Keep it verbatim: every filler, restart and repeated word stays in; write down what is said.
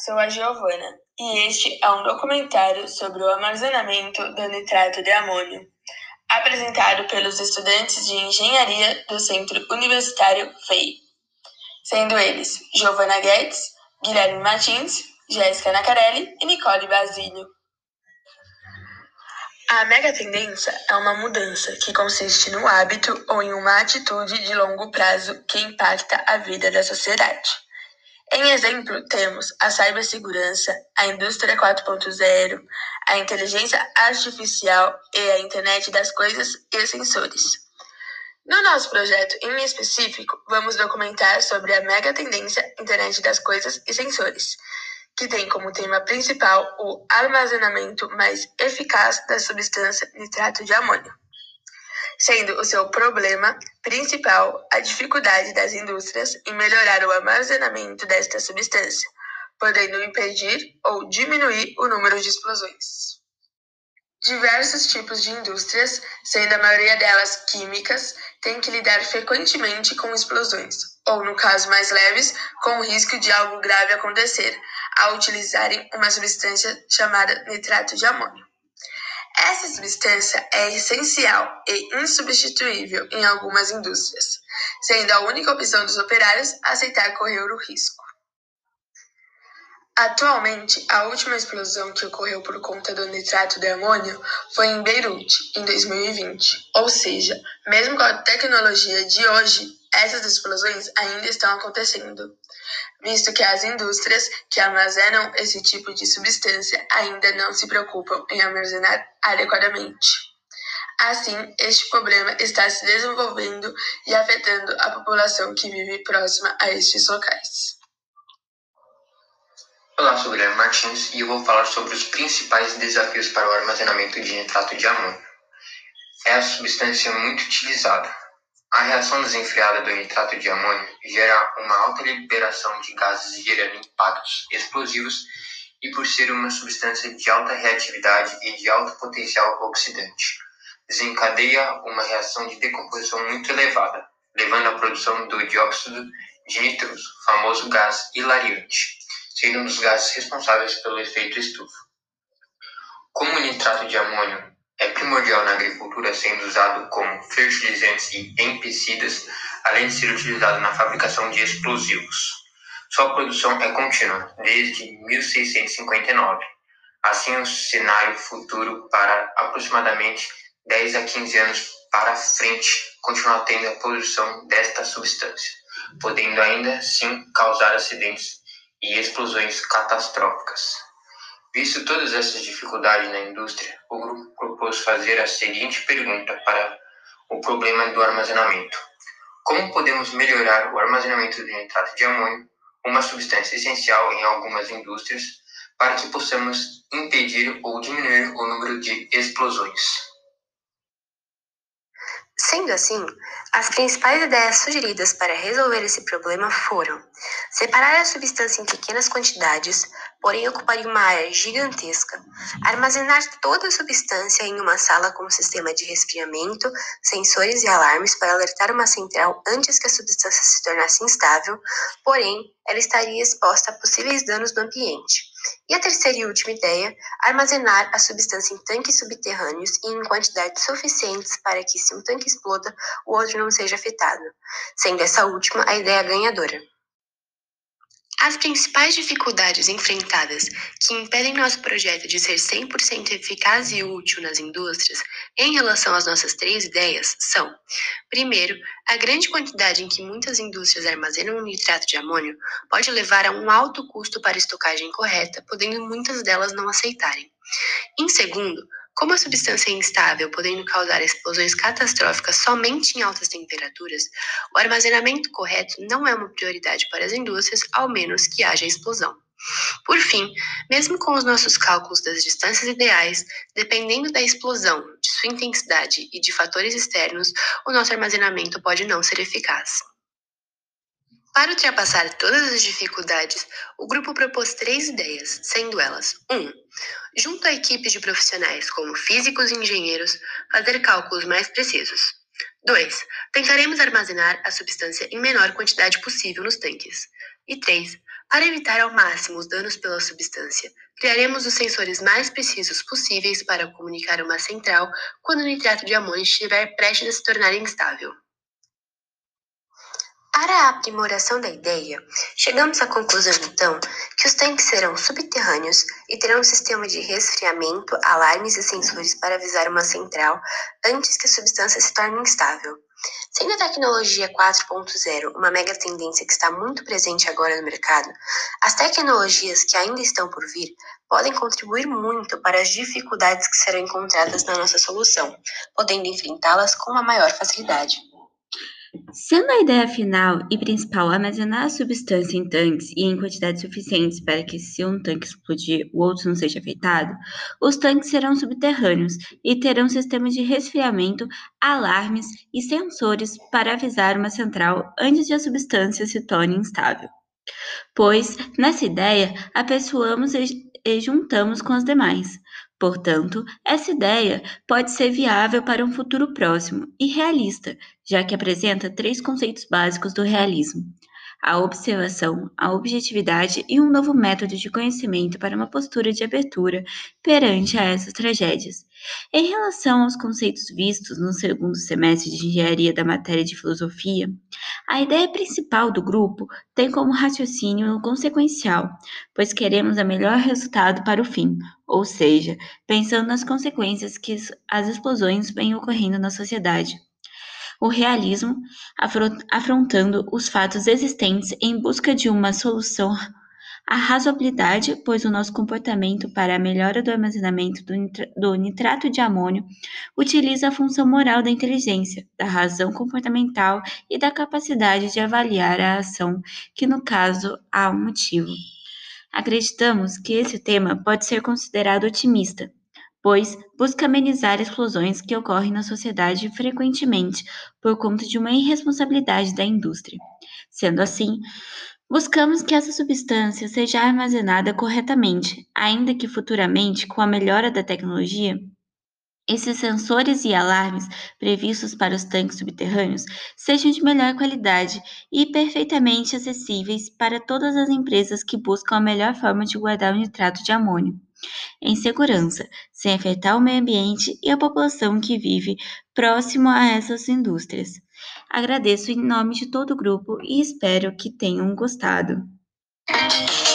sou a Giovana e este é um documentário sobre o armazenamento do nitrato de amônio, apresentado pelos estudantes de engenharia do Centro Universitário F E I, sendo eles Giovana Guedes, Guilherme Martins, Jéssica Nacarelli e Nicole Basílio. A megatendência é uma mudança que consiste no hábito ou em uma atitude de longo prazo que impacta a vida da sociedade. Em exemplo, temos a cibersegurança, a indústria quatro ponto zero, a inteligência artificial e a internet das coisas e sensores. No nosso projeto em específico, vamos documentar sobre a megatendência internet das coisas e sensores, que tem como tema principal o armazenamento mais eficaz da substância nitrato de amônio, sendo o seu problema principal a dificuldade das indústrias em melhorar o armazenamento desta substância, podendo impedir ou diminuir o número de explosões. Diversos tipos de indústrias, sendo a maioria delas químicas, têm que lidar frequentemente com explosões, ou, no caso mais leves, com o risco de algo grave acontecer, ao utilizarem uma substância chamada nitrato de amônio. Essa substância é essencial e insubstituível em algumas indústrias, sendo a única opção dos operários aceitar correr o risco. Atualmente, a última explosão que ocorreu por conta do nitrato de amônio foi em Beirute, em dois mil e vinte. Ou seja, mesmo com a tecnologia de hoje, essas explosões ainda estão acontecendo, visto que as indústrias que armazenam esse tipo de substância ainda não se preocupam em armazenar adequadamente. Assim, este problema está se desenvolvendo e afetando a população que vive próxima a estes locais. Olá, sou Guilherme Martins e eu vou falar sobre os principais desafios para o armazenamento de nitrato de amônio. É a substância muito utilizada. A reação desenfreada do nitrato de amônio gera uma alta liberação de gases gerando impactos explosivos e por ser uma substância de alta reatividade e de alto potencial oxidante, desencadeia uma reação de decomposição muito elevada, levando à produção do dióxido de nitroso, famoso gás hilariante, sendo um dos gases responsáveis pelo efeito estufa. Como o nitrato de amônio é primordial na agricultura, sendo usado como fertilizantes e em pesticidas, além de ser utilizado na fabricação de explosivos. Sua produção é contínua, desde mil seiscentos e cinquenta e nove. Assim, o cenário futuro para aproximadamente dez a quinze anos para frente continuar tendo a produção desta substância, podendo ainda assim causar acidentes e explosões catastróficas. Visto todas essas dificuldades na indústria, o grupo propôs fazer a seguinte pergunta para o problema do armazenamento: como podemos melhorar o armazenamento do nitrato de amônio, uma substância essencial em algumas indústrias, para que possamos impedir ou diminuir o número de explosões? Sendo assim, as principais ideias sugeridas para resolver esse problema foram separar a substância em pequenas quantidades, porém ocuparia uma área gigantesca, armazenar toda a substância em uma sala com sistema de resfriamento, sensores e alarmes para alertar uma central antes que a substância se tornasse instável, porém ela estaria exposta a possíveis danos no ambiente. E a terceira e última ideia, armazenar a substância em tanques subterrâneos e em quantidades suficientes para que, se um tanque exploda, o outro não seja afetado, sendo essa última a ideia ganhadora. As principais dificuldades enfrentadas que impedem nosso projeto de ser cem por cento eficaz e útil nas indústrias em relação às nossas três ideias são: primeiro, a grande quantidade em que muitas indústrias armazenam o nitrato de amônio pode levar a um alto custo para estocagem correta, podendo muitas delas não aceitarem. Em segundo, como a substância é instável, podendo causar explosões catastróficas somente em altas temperaturas, o armazenamento correto não é uma prioridade para as indústrias, ao menos que haja explosão. Por fim, mesmo com os nossos cálculos das distâncias ideais, dependendo da explosão, de sua intensidade e de fatores externos, o nosso armazenamento pode não ser eficaz. Para ultrapassar todas as dificuldades, o grupo propôs três ideias, sendo elas: um. Junto a equipes de profissionais como físicos e engenheiros, fazer cálculos mais precisos. dois. Tentaremos armazenar a substância em menor quantidade possível nos tanques. E três. Para evitar ao máximo os danos pela substância, criaremos os sensores mais precisos possíveis para comunicar uma central quando o nitrato de amônio estiver prestes a se tornar instável. Para a aprimoração da ideia, chegamos à conclusão então que os tanques serão subterrâneos e terão um sistema de resfriamento, alarmes e sensores para avisar uma central antes que a substância se torne instável. Sendo a tecnologia quatro ponto zero uma mega tendência que está muito presente agora no mercado, as tecnologias que ainda estão por vir podem contribuir muito para as dificuldades que serão encontradas na nossa solução, podendo enfrentá-las com uma maior facilidade. Sendo a ideia final e principal armazenar a substância em tanques e em quantidades suficientes para que, se um tanque explodir, o outro não seja afetado, os tanques serão subterrâneos e terão sistemas de resfriamento, alarmes e sensores para avisar uma central antes de a substância se torne instável. Pois, nessa ideia, apessoamos e juntamos com as demais. Portanto, essa ideia pode ser viável para um futuro próximo e realista, já que apresenta três conceitos básicos do realismo: a observação, a objetividade e um novo método de conhecimento para uma postura de abertura perante a essas tragédias. Em relação aos conceitos vistos no segundo semestre de engenharia da matéria de filosofia, a ideia principal do grupo tem como raciocínio consequencial, pois queremos o melhor resultado para o fim, ou seja, pensando nas consequências que as explosões vêm ocorrendo na sociedade. O realismo, afrontando os fatos existentes em busca de uma solução. A razoabilidade, pois o nosso comportamento para a melhora do armazenamento do, nitra- do nitrato de amônio utiliza a função moral da inteligência, da razão comportamental e da capacidade de avaliar a ação, que no caso há um motivo. Acreditamos que esse tema pode ser considerado otimista, pois busca amenizar explosões que ocorrem na sociedade frequentemente por conta de uma irresponsabilidade da indústria. Sendo assim, buscamos que essa substância seja armazenada corretamente, ainda que futuramente, com a melhora da tecnologia, esses sensores e alarmes previstos para os tanques subterrâneos sejam de melhor qualidade e perfeitamente acessíveis para todas as empresas que buscam a melhor forma de guardar o nitrato de amônio em segurança, sem afetar o meio ambiente e a população que vive próximo a essas indústrias. Agradeço em nome de todo o grupo e espero que tenham gostado.